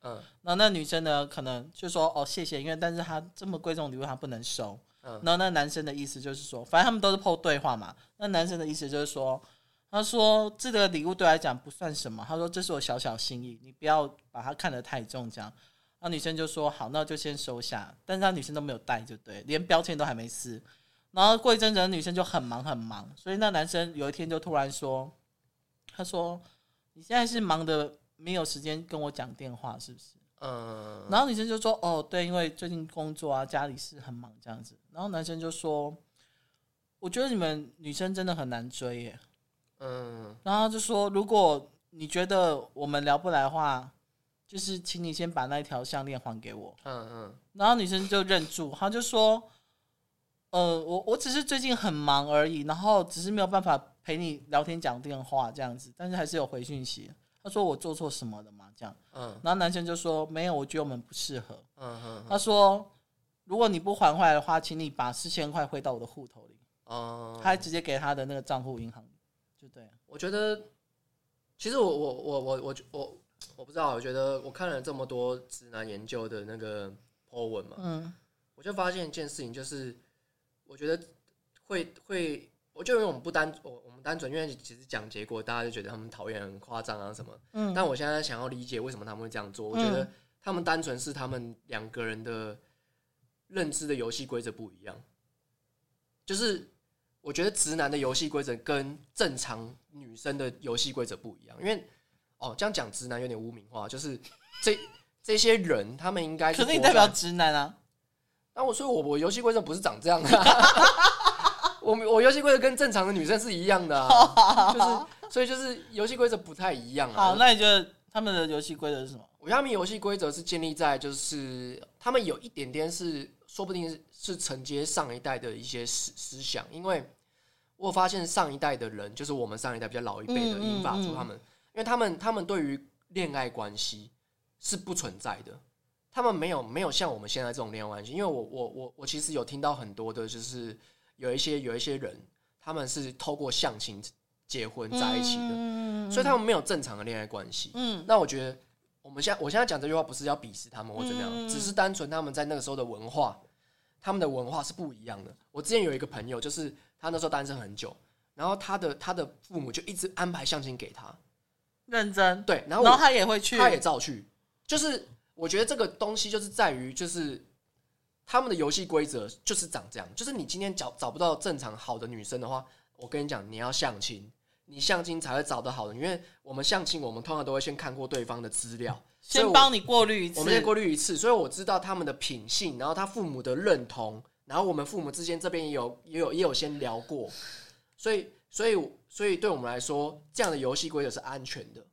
嗯，然后那女生呢，可能就说哦谢谢，因为但是她这么贵重的礼物她不能收。嗯，然后那男生的意思就是说，反正他们都是 po 对话嘛。那男生的意思就是说，他说这个礼物对我来讲不算什么，他说这是我小小心意，你不要把它看得太重这样。然后女生就说好，那就先收下。但是她女生都没有带，就对，连标签都还没撕。然后过一阵子，女生就很忙很忙，所以那男生有一天就突然说，他说你现在是忙的没有时间跟我讲电话是不是？嗯，然后女生就说哦对，因为最近工作啊家里事很忙这样子。然后男生就说我觉得你们女生真的很难追耶。嗯，然后就说如果你觉得我们聊不来的话，就是请你先把那条项链还给我。嗯嗯，然后女生就忍住，她就说呃我我只是最近很忙而已，然后只是没有办法陪你聊天讲电话这样子，但是还是有回讯息。他说我做错什么了吗？这样，嗯，然后男生就说没有，我觉得我们不适合。嗯嗯，他说如果你不还回来的话，请你把四千块汇到我的户头里。哦、嗯，他还直接给他的那个账户银行，就对了。 我觉得，其实我我我我我我我不知道，我觉得我看了这么多直男研究的那个 po 文嘛，嗯，我就发现一件事情，就是我觉得会会。我就因为我们不单我我们单纯，因为其实讲结果，大家就觉得他们讨厌很夸张啊什么。嗯。但我现在想要理解为什么他们会这样做，我觉得他们单纯是他们两个人的认知的游戏规则不一样。就是我觉得直男的游戏规则跟正常女生的游戏规则不一样，因为哦这样讲直男有点污名化，就是这这些人他们应该可是你代表直男啊。 那我所以我我游戏规则不是长这样的、啊。我我游戏规则跟正常的女生是一样的、啊，就是所以就是游戏规则不太一样啊。 好，那你觉得他们的游戏规则是什么？ 我觉得他们游戏规则是建立在就是他们有一点点是说不定是是承接上一代的一些思思想，因为我发现上一代的人就是我们上一代比较老一辈的英法族他们，嗯嗯嗯因为他们他们对于恋爱关系是不存在的，他们没有没有像我们现在这种恋爱关系，因为我我我我其实有听到很多的就是。有一些有一些人，他们是透过相亲结婚在一起的，嗯、所以他们没有正常的恋爱关系。嗯，那我觉得我们现在我现在讲这句话不是要鄙视他们或怎么样，嗯、只是单纯他们在那个时候的文化，他们的文化是不一样的。我之前有一个朋友，就是他那时候单身很久，然后他的他的父母就一直安排相亲给他， 认真对，然后然后他也会去， 他也照去。就是我觉得这个东西就是在于就是。他们的游戏规则就是长这样，就是你今天找找不到正常好的女生的话，我跟你讲，你要相亲，你相亲才会找到好的，因为我们相亲，我们通常都会先看过对方的资料， 先帮你过滤一次， 我们先过滤一次，所以我知道他们的品性，然后他父母的认同，然后我们父母之间这边也有也有也有先聊过，所以所以所以对我们来说，这样的游戏规则是安全的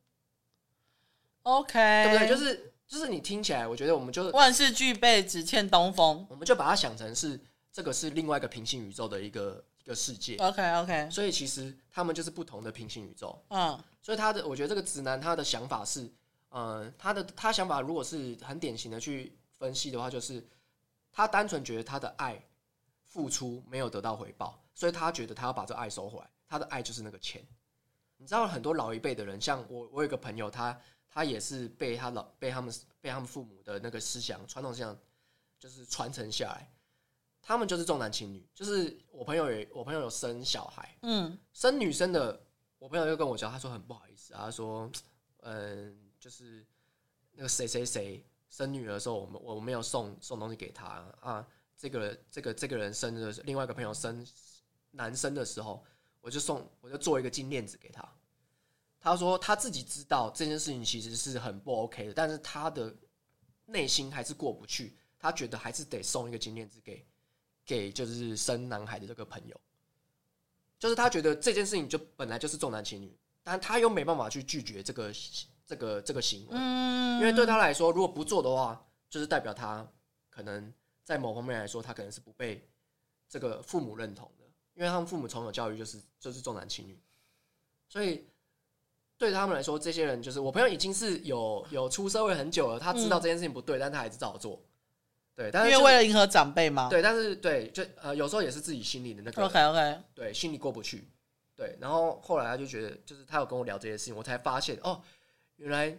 ，OK， 对不对？就是。就是你听起来，我觉得我们就万事俱备，只欠东风。 我们就把它想成是这个是另外一个平行宇宙的一个一个世界。 OK OK。 所以其实他们就是不同的平行宇宙。嗯。所以他的，我觉得这个直男他的想法是，呃，他的他想法如果是很典型的去分析的话，就是他单纯觉得他的爱付出没有得到回报，所以他觉得他要把这爱收回来。他的爱就是那个钱。你知道很多老一辈的人，像我，我有一个朋友，他。他也是被他老被他们被他们父母的那个思想传统思想就是传承下来，他们就是重男轻女。就是我朋友有我朋友有生小孩，嗯，生女生的，我朋友就跟我讲，他说很不好意思，他说，嗯，就是那个谁谁谁生女儿的时候，我们我没有送送东西给他啊，这个这个这个人生的另外一个朋友生男生的时候，我就送我就做一个金链子给他。他说他自己知道这件事情其实是很不 OK 的，但是他的内心还是过不去，他觉得还是得送一个金链子给给就是生男孩的这个朋友，就是他觉得这件事情就本来就是重男轻女，但他又没办法去拒绝这个这个这个行为，因为对他来说，如果不做的话，就是代表他可能在某方面来说，他可能是不被这个父母认同的，因为他们父母从小教育就是就是重男轻女，所以。对他们来说，这些人就是我朋友，已经是有有出社会很久了，他知道这件事情不对，嗯、但他还是照做。对，但是因为为了迎合长辈嘛。 对，但是对，就呃有时候也是自己心里的那个 OK OK， 对，心里过不去。对，然后后来他就觉得，就是他有跟我聊这些事情，我才发现哦，原来原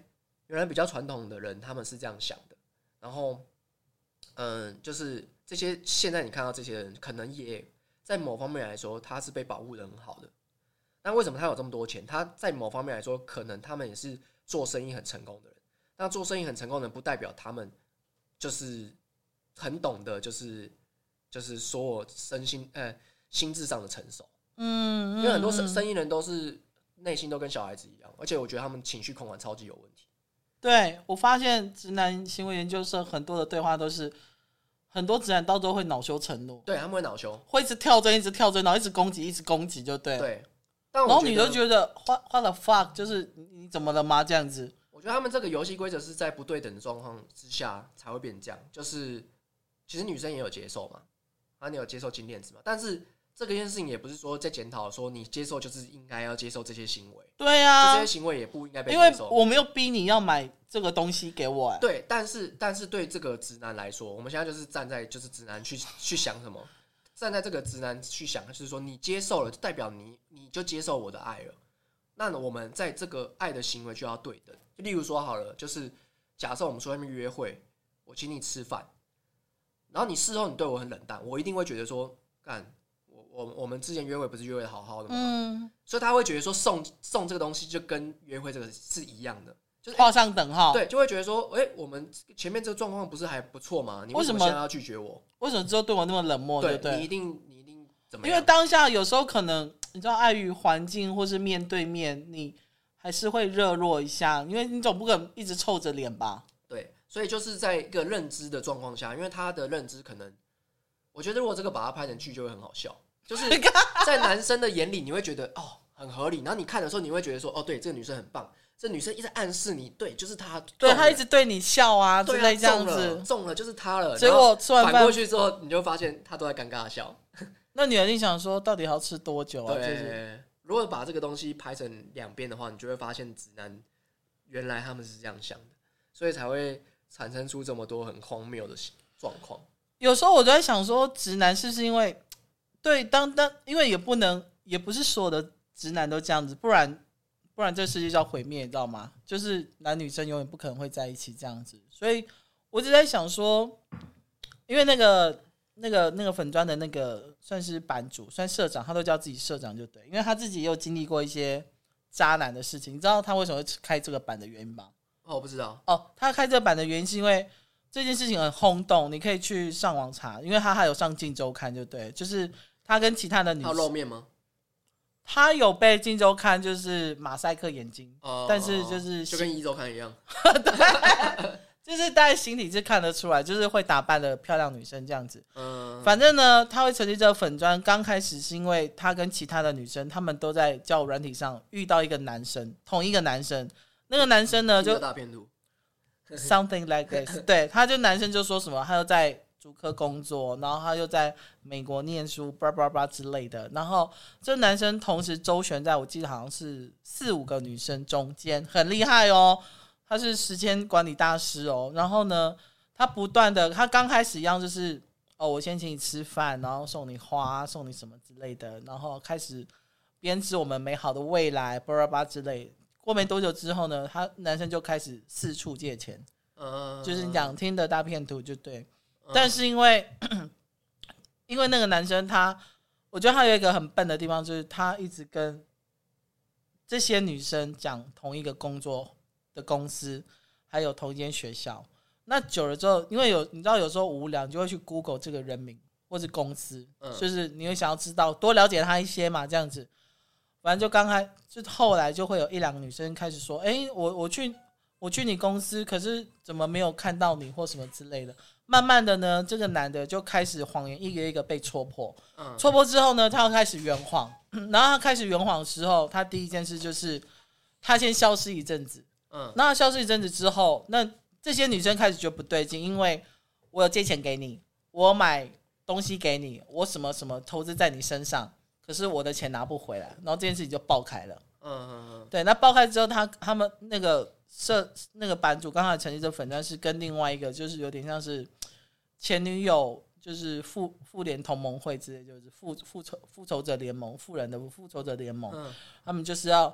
原来比较传统的人他们是这样想的，然后嗯，就是这些现在你看到这些人，可能也在某方面来说他是被保护的很好的。但为什么他有这么多钱？他在某方面来说，可能他们也是做生意很成功的人。那做生意很成功的人，不代表他们就是很懂得，就是就是所有身心呃心智上的成熟。嗯，因为很多生生意人都是内心都跟小孩子一样，而且我觉得他们情绪控管超级有问题。 对，我发现直男行为研究社很多的对话都是，很多直男到最后会恼羞成怒。 对，他们会恼羞， 会一直跳针，一直跳针，然后一直攻击，一直攻击，就对。 对。 然后你就觉得 what what the fuck， 就是你怎么了吗？这样子。 我觉得他们这个游戏规则是在不对等的状况之下才会变成这样。就是其实女生也有接受嘛，啊，你有接受金链子嘛？但是这个件事情也不是说在检讨说你接受就是应该要接受这些行为。 对啊， 这些行为也不应该被接受。 因为我没有逼你要买这个东西给我、欸。 对，但是但是对这个直男来说，我们现在就是站在就是直男去去想什么。站在这个直男去想，就是说你接受了，就代表你你就接受我的爱了。那我们在这个爱的行为就要对等。就例如说好了，就是假设我们去外面约会，我请你吃饭，然后你事后你对我很冷淡，我一定会觉得说，干，我我我们之前约会不是约会的好好的吗？嗯，所以他会觉得说送送这个东西就跟约会这个是一样的。就是画上等号， 对，就会觉得说，哎、欸，我们前面这个状况不是还不错吗？你为什么现在要拒绝我？ 为什么之后对我那么冷漠？对不对？ 你一定，你一定怎么样？ 因为当下有时候可能你知道，碍于环境或是面对面，你还是会热络一下，因为你总不可能一直臭着脸吧？ 对，所以就是在一个认知的状况下，因为他的认知可能，我觉得如果这个把它拍成剧就会很好笑，就是在男生的眼里你会觉得哦很合理，然后你看的时候你会觉得说哦对，这个女生很棒。这女生一直暗示你，对，就是她， 对她一直对你笑啊之类这样子， 中了，中了就是她了。 结果吃完饭反过去之后，你就发现她都在尴尬的笑。 那女人一定想说，到底要吃多久啊？ 对， 就是、 如果把这个东西拍成两边的话，你就会发现直男原来他们是这样想的，所以才会产生出这么多很荒谬的状况。 有时候我都在想说，直男是不是因为对当当，因为也不能，也不是所有的直男都这样子，不然。不然这世界就要毁灭，你知道吗？就是男女生永远不可能会在一起这样子，所以我只在想说，因为那个那个那个粉专的那个算是版主，算社长，他都叫自己社长就对，因为他自己也有经历过一些渣男的事情。你知道他为什么会开这个版的原因吗？ 哦，我不知道。 哦，他开这个版的原因是因为这件事情很轰动，你可以去上网查，因为他还有上《镜周刊》就对，就是他跟其他的女生， 他露面吗？ 他有被《镜周刊》就是马赛克眼睛， 哦、 但是就是就跟《一周刊》一样， 对，就是大家心里是看得出来，就是会打扮的漂亮女生这样子。 嗯， 反正呢，他会成立这个粉专，刚开始是因为他跟其他的女生，他们都在交友软体上遇到一个男生，同一个男生，那个男生呢就大片图 ，something like this， 对，他就男生就说什么，他又在竹科工作，然后他又在美国念书，叭叭叭之类的。然后这男生同时周旋在我记得好像是四五个女生中间，很厉害哦。他是时间管理大师哦。然后呢，他不断的，他刚开始一样就是哦，我先请你吃饭，然后送你花，送你什么之类的，然后开始编织我们美好的未来，叭叭叭之类的。过没多久之后呢，他男生就开始四处借钱，嗯，就是你讲听的大片图就对。但是因为因为那个男生他，我觉得他有一个很笨的地方，就是他一直跟这些女生讲同一个工作的公司，还有同一间学校。那久了之后，因为有你知道有时候无聊，你就会去 Google 这个人名或是公司，嗯、就是你会想要知道多了解他一些嘛，这样子。反正就刚开，就后来就会有一两个女生开始说：“哎、欸，我我去我去你公司，可是怎么没有看到你或什么之类的。”慢慢的呢，这个男的就开始谎言一个一个被戳破，嗯、戳破之后呢，他要开始圆谎，然后他开始圆谎的时候，他第一件事就是他先消失一阵子，嗯，那他消失一阵子之后，那这些女生开始觉得不对劲，因为我有借钱给你，我有买东西给你，我什么什么投资在你身上，可是我的钱拿不回来，然后这件事情就爆开了，嗯嗯嗯，对，那爆开之后，他他们那个社那个版主刚才成立这粉专是跟另外一个就是有点像是前女友，就是妇妇联同盟会之类，就是复复仇复仇者联盟，妇人的复仇者联盟，嗯、他们就是要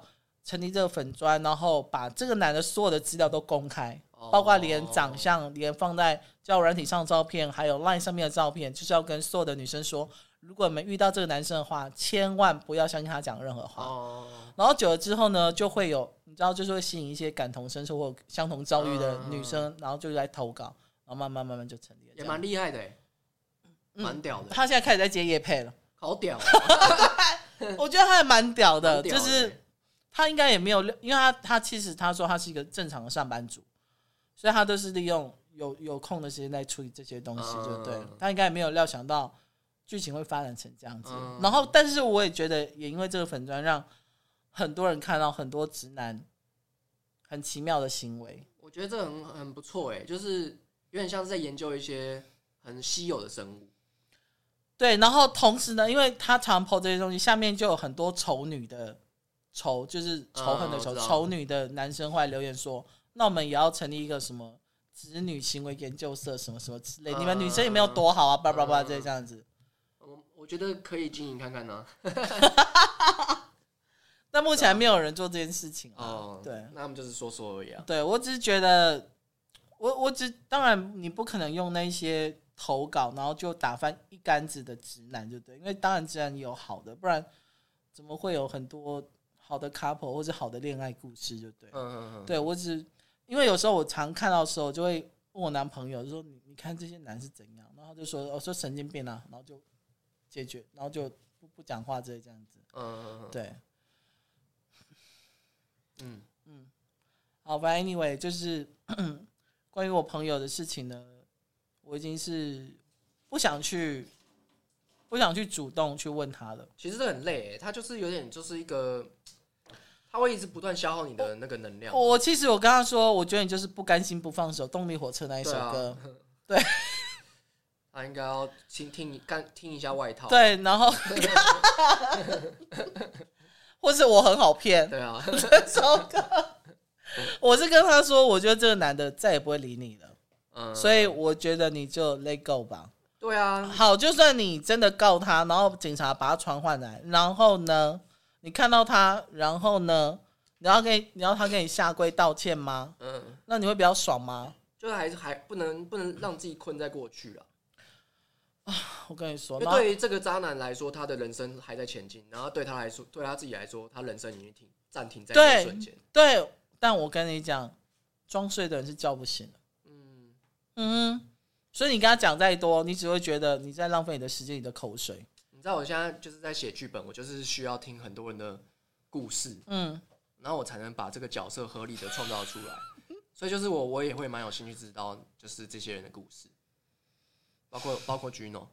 成立这个粉专，然后把这个男的所有的资料都公开，包括连长相，连放在交友软体上的照片，还有 LINE 上面的照片，就是要跟所有的女生说，如果你们遇到这个男生的话，千万不要相信他讲任何话。哦、然后久了之后呢，就会有你知道，就是会吸引一些感同身受或相同遭遇的女生，嗯、然后就来投稿，然后慢慢慢慢就成立了。 也蛮厉害的哎，蛮屌的、 嗯。他现在开始在接业配了， 好屌、啊！ 我觉得他还蛮屌的，屌就是他应该也没有，因为他他其实他说他是一个正常的上班族，所以他都是利用有有空的时间在处理这些东西，就对了。嗯、他应该也没有料想到剧情会发展成这样子。嗯、然后，但是我也觉得，也因为这个粉专让很多人看到很多直男很奇妙的行为。 我觉得这很很不错哎，就是有点像是在研究一些很稀有的生物。 对，然后同时呢，因为他常 po 这些东西，下面就有很多丑女的仇，就是仇恨的仇，嗯、丑女的男生会来留言说，那我们也要成立一个什么直女行为研究社，什么什么之类，嗯、你们女生也没有多好啊，叭叭叭这样子。 我我觉得可以经营看看呢、 啊。但目前还没有人做这件事情啊。哦，对， 那他们就是说说而已啊。 对，我只是觉得，我我只当然你不可能用那些投稿，然后就打翻一竿子的直男，就对，因为当然直男也有好的，不然怎么会有很多好的 couple 或者好的恋爱故事，就对。嗯嗯嗯。对，我只因为有时候我常看到的时候，就会问我男朋友，就说你你看这些男是怎样，然后他就说我说神经病啊，然后就解决，然后就不不讲话之类这样子。嗯嗯嗯。对。嗯嗯。好，反正 anyway 就是关于我朋友的事情呢。我已经是不想去，不想去主动去问他了。 其实这很累耶，他就是有点就是一个，他会一直不断消耗你的那个能量。 我其实我跟他说，我觉得你就是不甘心不放手，动力火车那一首歌，对、啊，对他应该要听听看听一下外套。 对，然后，或是我很好骗， 对啊， 这首歌，我是跟他说，我觉得这个男的再也不会理你了。嗯、所以我觉得你就 let go 吧。 对啊， 好，就算你真的告他，然后警察把他传唤来，然后呢，你看到他，然后呢，你要给你要他给你下跪道歉吗？嗯，那你会比较爽吗？ 就还是还不能不能让自己困在过去啊。 啊，我跟你说， 因为对于这个渣男来说，他的人生还在前进，然后对他来说，对他自己来说，他人生已经停暂停在那一瞬间。 对，但我跟你讲，装睡的人是叫不醒的。嗯，所以你跟他讲再多，你只会觉得你在浪费你的时间、你的口水。 你知道我现在就是在写剧本，我就是需要听很多人的故事，嗯，然后我才能把这个角色合理的创造出来。所以就是我，我也会蛮有兴趣知道，就是这些人的故事，包括包括 Gino，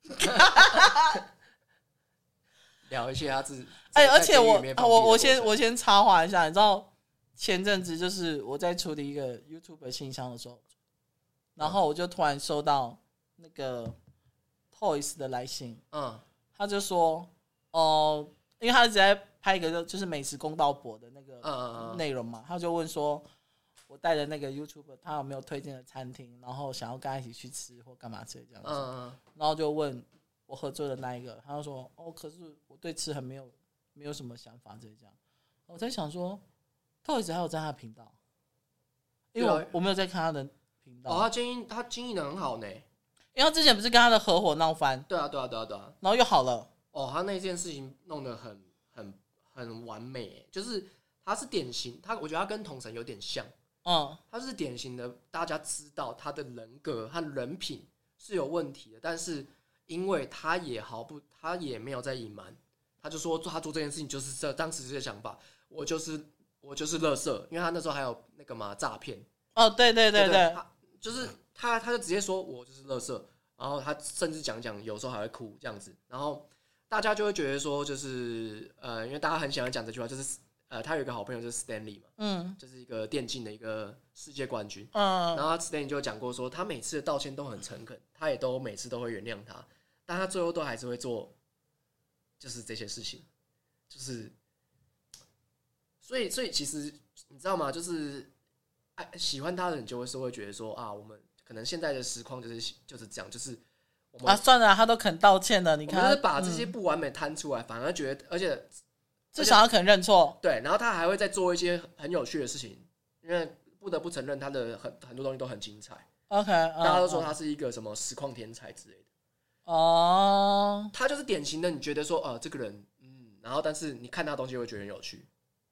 聊一些他自哎、欸，而且我我我先我先插话一下，你知道前阵子就是我在处理一个 YouTube 信箱的时候。然后我就突然收到那个 Toys 的来信，嗯，他就说，哦、呃，因为他一直在拍一个就是美食公道博的那个内容嘛，嗯嗯嗯他就问说，我带的那个 YouTuber 他有没有推荐的餐厅，然后想要跟他一起去吃或干嘛之类这样子，嗯嗯然后就问我合作的那一个，他就说，哦，可是我对吃很没有没有什么想法之类这样，我在想说 Toys 还有在他的频道，因为我、啊、我没有在看他的。 哦，他经营他经营的很好呢， 因为他之前不是跟他的合伙闹翻， 对啊对啊对啊对啊， 然后又好了。 哦，他那件事情弄得很很很完美，就是他是典型，他我觉得他跟统神有点像，嗯，他是典型的，大家知道他的人格和人品是有问题的，但是因为他也毫不，他也没有在隐瞒，他就说他做这件事情就是这当时这些想法，我就是我就是垃圾，因为他那时候还有那个嘛诈骗。 哦，对对对 对, 对， 他就是他，他就直接说我就是垃圾，然后他甚至讲讲，有时候还会哭这样子，然后大家就会觉得说，就是呃，因为大家很喜欢讲这句话，就是呃，他有一个好朋友就是 Stanley 嘛，嗯，就是一个电竞的一个世界冠军，嗯，然后 Stanley 就讲过说，他每次的道歉都很诚恳，他也都每次都会原谅他，但他最后都还是会做，就是这些事情，就是，所以所以其实你知道吗？就是。爱喜欢他的人就会是会觉得说啊，我们可能现在的实况就是就是这样，就是我们啊，算了，他都肯道歉了，你看， 我们就是把这些不完美摊出来，嗯、反而觉得，而且至少他肯认错。 对，然后他还会再做一些很有趣的事情，因为不得不承认他的很很多东西都很精彩。 OK， 大家都说他是一个什么实况天才之类的。 哦， 他就是典型的，你觉得说，呃，这个人，嗯，然后但是你看他的东西会觉得很有趣。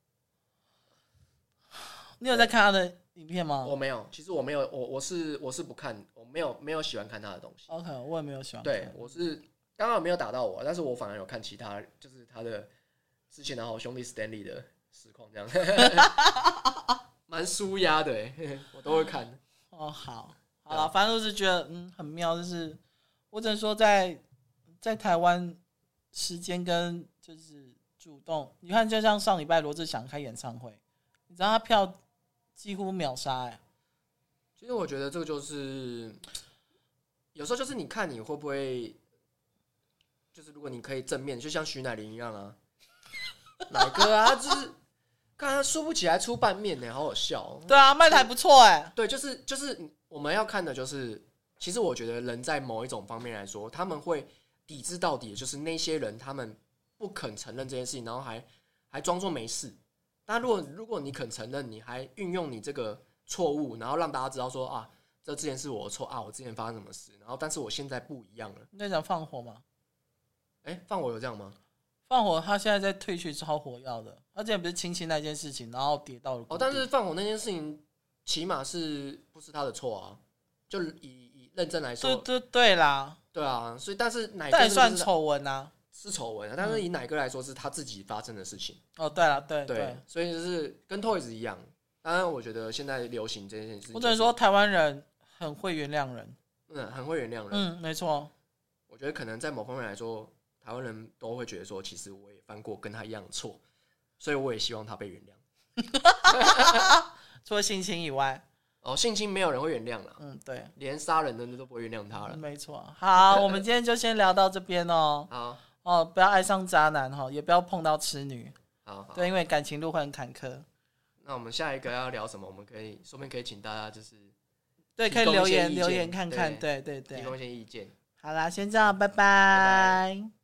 你有在看他的影片吗？ 我没有，其实我没有，我我是我是不看，我没有没有喜欢看他的东西。 OK， 我也没有喜欢看。 对，我是刚刚没有打到我，但是我反而有看其他，就是他的之前的好兄弟 Stanley 的实况这样，蛮舒压的哎，我都会看。 哦，好，好了，反正我是觉得嗯很妙，就是我只能说在在台湾时间跟就是主动，你看就像上礼拜罗志祥开演唱会，你知道他票几乎秒杀哎、欸。 其实我觉得这个就是有时候就是你看你会不会，就是如果你可以正面，就像徐乃麟一样啊，乃哥啊，就是看他输不起来出拌面呢，好好笑、喔。 对啊，卖的还不错哎、欸。 对，就是就是我们要看的就是，其实我觉得人在某一种方面来说，他们会抵制到底，就是那些人他们不肯承认这件事情，然后还还装作没事。但如果如果你肯承认，你还运用你这个错误，然后让大家知道说啊，这之前是我的错啊，我之前发生什么事，然后但是我现在不一样了。 你在讲放火吗？ 哎、欸，放火有这样吗？ 放火他现在在退去超火药的，他之前不是亲亲那件事情，然后跌到了哦，但是放火那件事情起码是不是他的错啊？就以以认真来说， 对对对啦， 对啊，所以但是哪但也算丑闻啊， 是丑闻啊，但是以哪个来说是他自己发生的事情。 哦，对了，对对, 对，所以就是跟 Toys 一样。当然，我觉得现在流行这件事情、就是， 我只能说台湾人很会原谅人， 嗯，很会原谅人， 嗯，没错。 我觉得可能在某方面来说，台湾人都会觉得说，其实我也犯过跟他一样的错，所以我也希望他被原谅。 除了性侵以外， 哦，性侵没有人会原谅了， 嗯，对， 连杀人的都不会原谅他了。 没错。好，我们今天就先聊到这边哦。 好， 哦，不要爱上渣男哈，也不要碰到痴女。 好，好， 对，因为感情路会很坎坷。 那我们下一个要聊什么？我们可以说不定可以请大家就是对，可以留言留言看看，对对对， 提供一些意见。 好啦，先这样，拜拜。 拜拜。